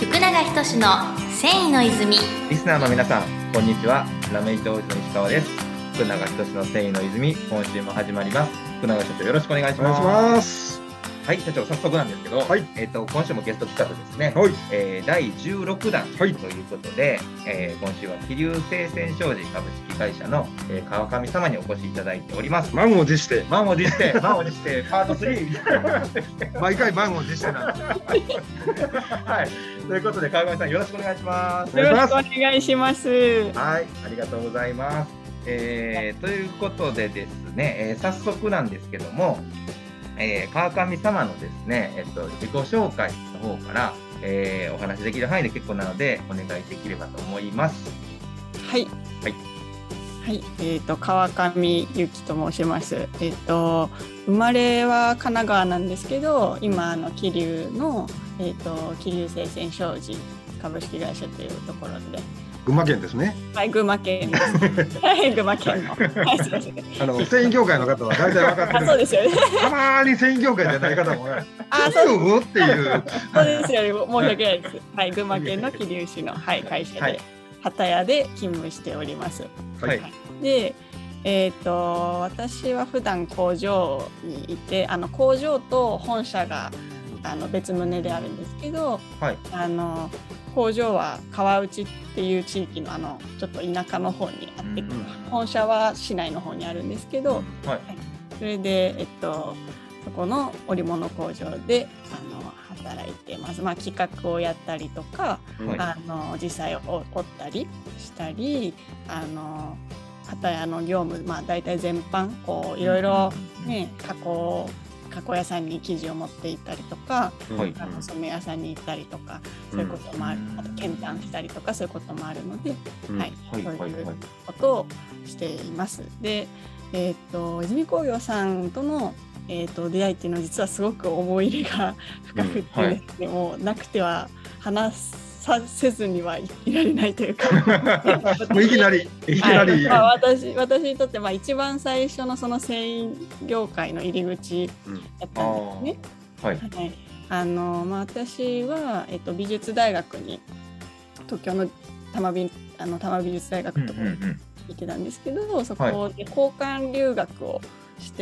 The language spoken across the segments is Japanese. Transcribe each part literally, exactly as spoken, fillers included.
福永仁の繊維の泉。 リスナーの皆さん、こんにちは。ラメイトオイズの石川です。福永仁の繊維の泉、今週も始まります。福永社長、よろしくお願いします。 お願いします。 はい、社長、早速なんですけど、はい、えーと、今週もゲスト企画ですね、はい、えー、だいじゅうろくだんということで、はい、えー、今週は桐生生鮮商事株式会社の、えー、川上様にお越しいただいております。 満を持して満を持して満を持してパートスリー毎回満を持してなんです。 はい、ということで川上さん、よろしくお願いします。 よろしくお願いします。 はい、ありがとうございます。えー、ということでですね、えー、早速なんですけども、えー、川上様のですね、えっと、自己紹介の方から、えー、お話できる範囲で結構なのでお願いできればと思います。 はい、 はいはい、えーと、川上由紀と申します。えーと、生まれは神奈川なんですけど、今あの桐生の、えーと、桐生生鮮商事株式会社というところで、 群馬県ですね。 はい、群馬県です。はい、群馬県の。はい、すみません。 あの繊維業界の方は大体分かってる。 あ、そうですよね。 たまに繊維業界じゃない方もね。あ、そうっていう。 そうですよね。申し訳ないです。はい、群馬県の桐生市の、はい、会社で、はい、幡屋で勤務しております。 はい。はい、 で、えっと、私は普段工場にいて、あの工場と本社があの別棟であるんですけど、はい、あの工場は川内っていう地域のあのちょっと田舎の方にあって、うん、本社は市内の方にあるんですけど、はいはい、それで、えっと、そこの織物工場であの働いてます。まあ、企画をやったりとか、はい、あの実際を織ったりしたり、あの幡屋の業務、まあ、大体全般こういろいろ、ね、加工加工屋さんに生地を持って行ったりとか、はい、あの染め屋さんに行ったりとか、そういうこともある、あと検単したりとかそういうこともあるので、うん、はい、はい、そういうことをしています。で、えー、と泉工業さんとの、えー、と出会いっていうのは実はすごく思い入れが深くて、うん、はい、でもなくては話させずにはいられないというかもういきなりいきなり、 はい、まあ、私, 私にとってまあ一番最初のその繊維業界の入り口だったんですね。うん、はい、はい、あのまあ、私は、えっと、美術大学に東京の多摩美、あの多摩美術大学とか行ってたんですけど、うんうんうん、そこで交換留学をして、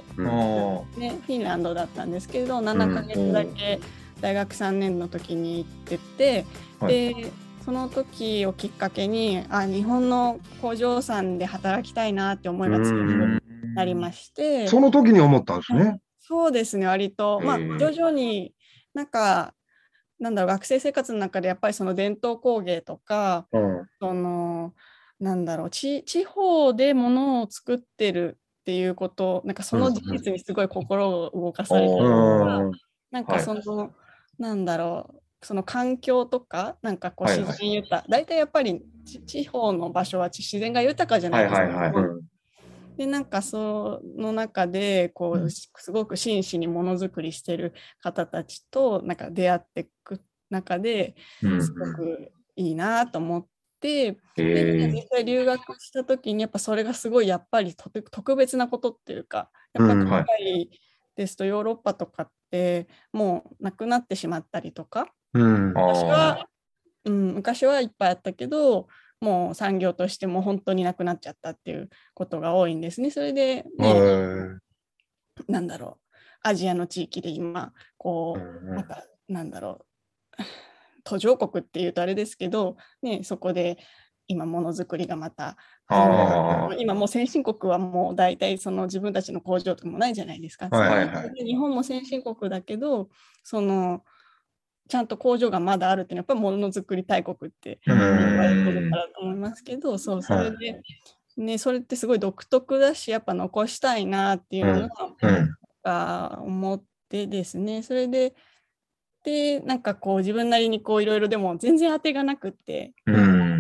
はい、ね、フィンランドだったんですけどななかげつだけ大学さんねんの時に行ってて、はい、でその時をきっかけにあ日本の工場さんで働きたいなって思いが強くなりまして、 その時に思ったんですね。 はい、そうですね、割と、まあ、徐々になんかなんだろう、学生生活の中でやっぱりその伝統工芸とか、うん、そのなんだろう 地, 地方で物を作ってるっていうこと、なんかその事実にすごい心を動かされたりとか、うん、なんかその、はい、なんだろう、その環境とかなんかこう自然豊か、はいはい、大体やっぱり地方の場所は自然が豊かじゃないですか、はいはいはい、うん、でなんかその中でこうすごく真摯にものづくりしてる方たちとなんか出会っていく中ですごくいいなと思って、うん、で実際留学した時にやっぱそれがすごいやっぱり特別なことっていうか、やっぱり海外ですとヨーロッパとかってもうなくなってしまったりとか、うん、昔は、うん、昔はいっぱいあったけどもう産業としても本当になくなっちゃったっていうことが多いんですね。それで、ね、なんだろう、アジアの地域で今こうまたなんだろう途上国っていうとあれですけど、ね、そこで今ものづくりがまた今もう先進国はもう大体その自分たちの工場とかもないじゃないですか。はいはい、日本も先進国だけどそのちゃんと工場がまだあるっていうのはやっぱりものづくり大国って言われてるからと思いますけど、そうそれで、ね、それってすごい独特だしやっぱ残したいなっていうのが思ってですね、それででなんかこう自分なりにこういろいろでも全然当てがなくって、うん、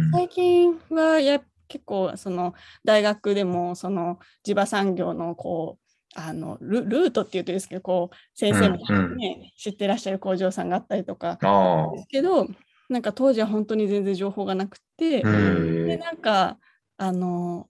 最近はや結構その大学でもその地場産業のこうあの ル, ルートっていうとですけどこう先生も、ね、うんうん、知ってらっしゃる工場さんがあったりとかですけど、なんか当時は本当に全然情報がなくて、でなんかあの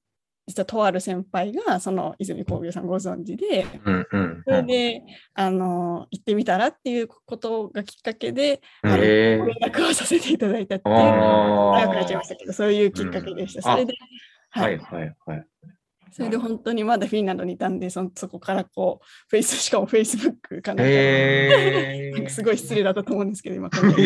実はとある先輩がその泉工業さんご存知で、 うんうん、 それであの行ってみたらっていうことがきっかけで、 うん、 あのえー、 ご連絡をさせていただいたっていう長くなっちゃいましたけど、そういうきっかけでした。うん、それで、 はい、はいはいはい。 それで本当にまだフィンランドにいたんで、そ, そこからこう、フェイス、しかもフェイスブックかなんか、 えー、 すごい失礼だったと思うんですけど、今こ連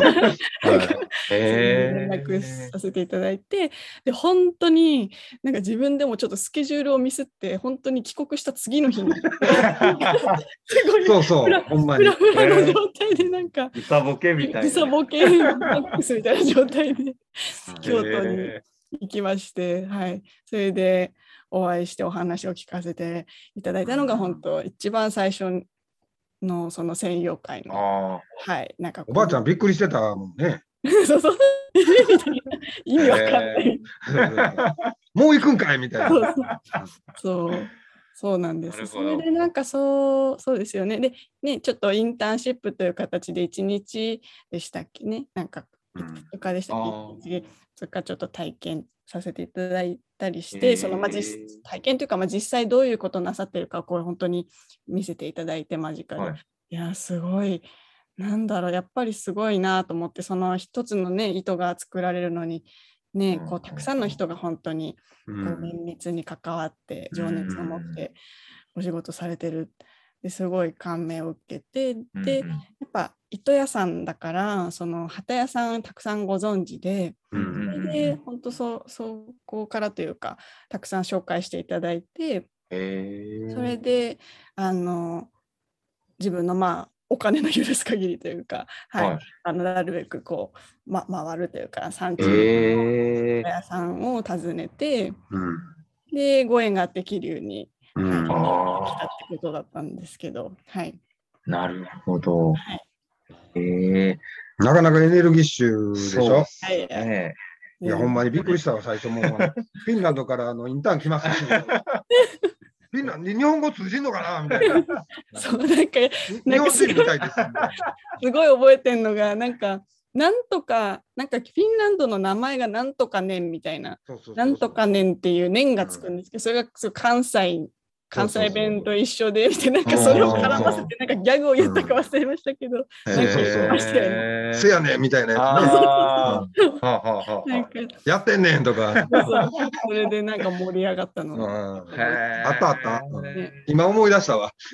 絡させていただいて、で、本当になんか自分でもちょっとスケジュールをミスって、本当に帰国した次の日に、すごい、 そうそう、ほんまに。 フラフラの状態で、なんか、 時差ボケみたいな。 時差ボケマックスみたいな状態で、京都に行きまして、はい。それで、お会いしてお話を聞かせていただいたのが本当一番最初のその専用会の、はい、なんかおばあちゃんびっくりしてたもんね。 そうそう意味わかんない、 えー、もう行くんかいみたいな。 そうそうそうなんです。それでなんかそうそうですよね。でねちょっとインターンシップという形でいちにちでしたっけね、なんかいつかでしたっけ、うん、それからちょっと体験させていただいたりして、えー、そのまあ実体験というか、まあ、実際どういうことをなさっているかをこれ本当に見せていただいて間近で、はい、いやすごいなんだろうやっぱりすごいなと思って、その一つのね糸が作られるのにね、こうたくさんの人が本当にこう綿密に関わって情熱を持ってお仕事されてる、ですごい感銘を受けて、でやっぱ糸屋さんだからその機屋さんたくさんご存知で、それで本当そそこからというかたくさん紹介していただいて、それであの自分のまあお金の許す限りというか、はいはい、あのなるべくこう、ま、回るというか産地の糸屋さんを訪ねて、うん、でご縁があって桐生に、うんはい、来たってことだったんですけど、はい、 なるほど、はいえー、なかなかエネルギッシュでしょ。はい、 ね、 いやほんまにびっくりしたわ最初もうフィンランドからあのインターン来ますしフィンランド日本語通じんのかなみたいな。 そうなんか日本人みたいです。 すごい覚えてんのがなんかなんとかなんかフィンランドの名前がなんとか年みたいな、なんとか年っていう年がつくんですけど、それが関西関西弁と一緒でみたいな、なんかそれを絡ませてなんかギャグを言ったか忘れましたけど、なんか言いましたよね。 せやねんみたいなやつね。やってんねんとか。 それでなんか盛り上がったの。 あったあった。今思い出したわ。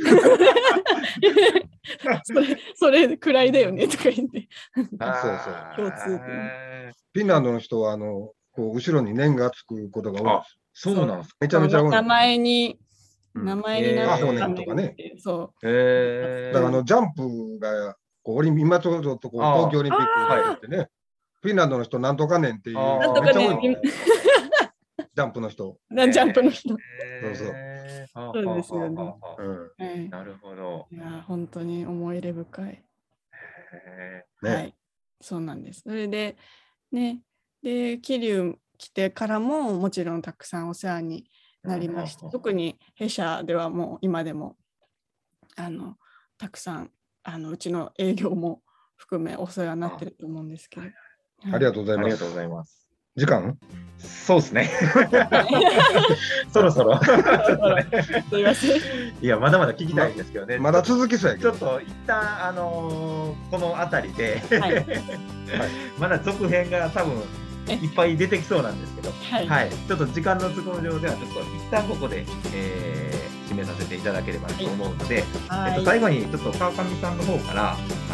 それそれくらいだよねとか言って。 そうそう。共通点。フィンランドの人はあのこう後ろに年がつくことが多い。 そうなんです。 めちゃめちゃ多い。 名前に。名前になってるとかね。 そう。 だからあのジャンプがこうオリンピ今ちょっとこう東京オリンピックがってね、フィンランドの人なんとかねんっていうなんとかねん。 ジャンプの人。 ジャンプの人。 そうそう。 そうですよね。なるほど。 いや本当に思い入れ深い。 はい。 そうなんです。それでね、で桐生来てからももちろんたくさんお世話になりました。特に弊社ではもう今でもあのたくさんあのうちの営業も含めお世話になってると思うんですけど、はい、 ありがとうございます。 ありがとうございます。 時間？ そうですね。そろそろ。 すいません。 いやまだまだ聞きたいんですけどね。 ま, まだ続きそうやけど。ちょっと一旦あのー、この辺りで、はいはい、まだ続編が多分。いっぱい出てきそうなんですけど、はいはい、ちょっと時間の都合上ではちょっと一旦ここで、えー、締めさせていただければと思うので、はい、えっと、最後にちょっと川上さんの方から、はい、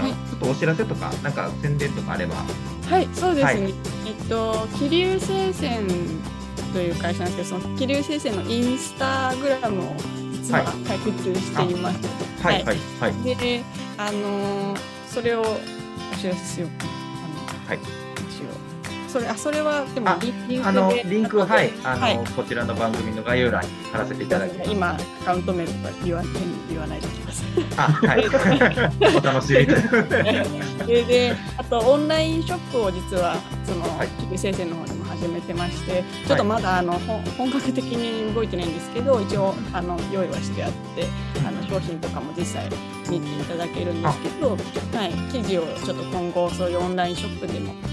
ちょっとお知らせとかなんか宣伝とかあれば。 はい、そうですね、はい、えっと桐生製線という会社なんですけど、その桐生製線のインスタグラムを実は開設しています。 はいはいはい。 で、あのー、それをお知らせしようかな。あのはい。 それあそれはでもリンクあのリンクはいあの、はい、こちらの番組の概要欄に貼らせていただきます。 今アカウント名とか言わ言わないでください。 あはい。お楽しみでであとオンラインショップを実はその桐生製線の方にも始めてまして、ちょっとまだあの本格的に動いてないんですけど、一応あの用意はしてあってあの商品とかも実際見ていただけるんですけど、はい記事をちょっと今後そういうオンラインショップでも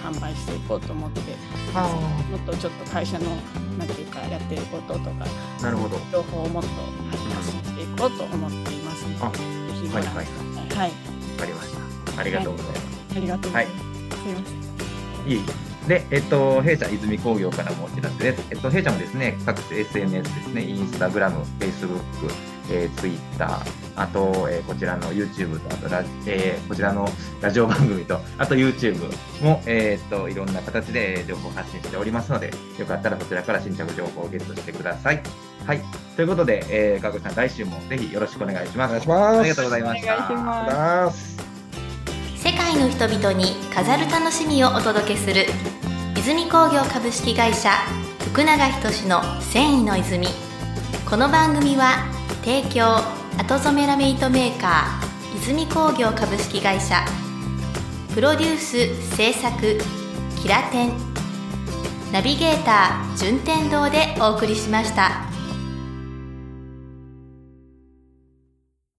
販売していこうと思って、 あもっとちょっと会社のなんていうかやってることとか、 なるほど。 情報をもっと発信していこうと思っていますので、 あ、 ぜひはいはいはい。 はい、 わかりました。ありがとうございます。 ありがとうございます。すいません。 いえいえ。で、えっと、弊社泉工業からもお知らせです。えっと、弊社もですね、各種 エスエヌエス ですね、インスタグラム、フェイスブック、えー、ツイッター、あと、えー、こちらの YouTube と、あとラ、えー、こちらのラジオ番組と、あと YouTube も、えー、っと、いろんな形で情報発信しておりますので、よかったらこちらから新着情報をゲットしてください。はい。ということで、えー、川口さん、来週もぜひよろしくお願いします。 お願いします。 ありがとうございました。 お願いします。 ます。 世界の人々に飾る楽しみをお届けする泉工業株式会社福永仁の繊維の泉。この番組は提供後染めラメ糸メーカー泉工業株式会社、プロデュース制作キラテン、ナビゲーター順天堂でお送りしました。